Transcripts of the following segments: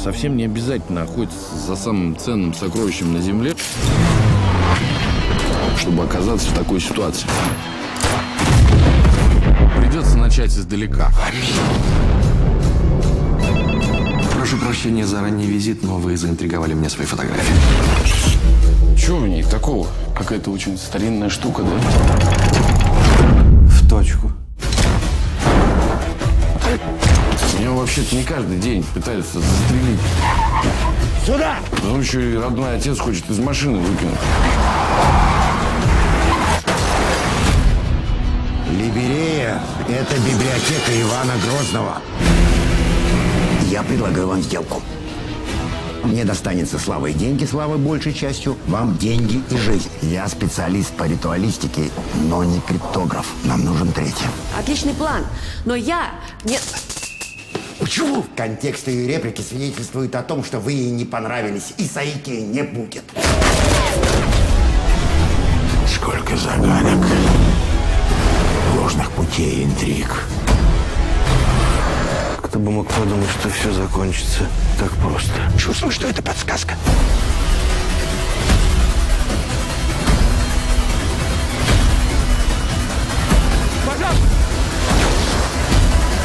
Совсем не обязательно охотиться за самым ценным сокровищем на земле, чтобы оказаться в такой ситуации. Придется начать издалека. Прошу прощения за ранний визит, но вы заинтриговали меня своей фотографией. Чего в ней такого? Какая-то очень старинная штука, да? В точку. Меня вообще-то не каждый день пытаются застрелить. Сюда! Ну, еще и родной отец хочет из машины выкинуть. Либерея – это библиотека Ивана Грозного. Я предлагаю вам сделку. Мне достанется слава и деньги, слава большей частью. Вам деньги и жизнь. Я специалист по ритуалистике, но не криптограф. Нам нужен третий. Отличный план, но я не... Почему? Контекст ее реплики свидетельствует о том, что вы ей не понравились, и Саики не будет. Сколько загадок, ложных путей, интриг. Кто бы мог подумать, что все закончится так просто. Чувствую, что это подсказка.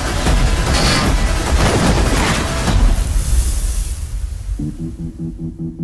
Пожалуйста!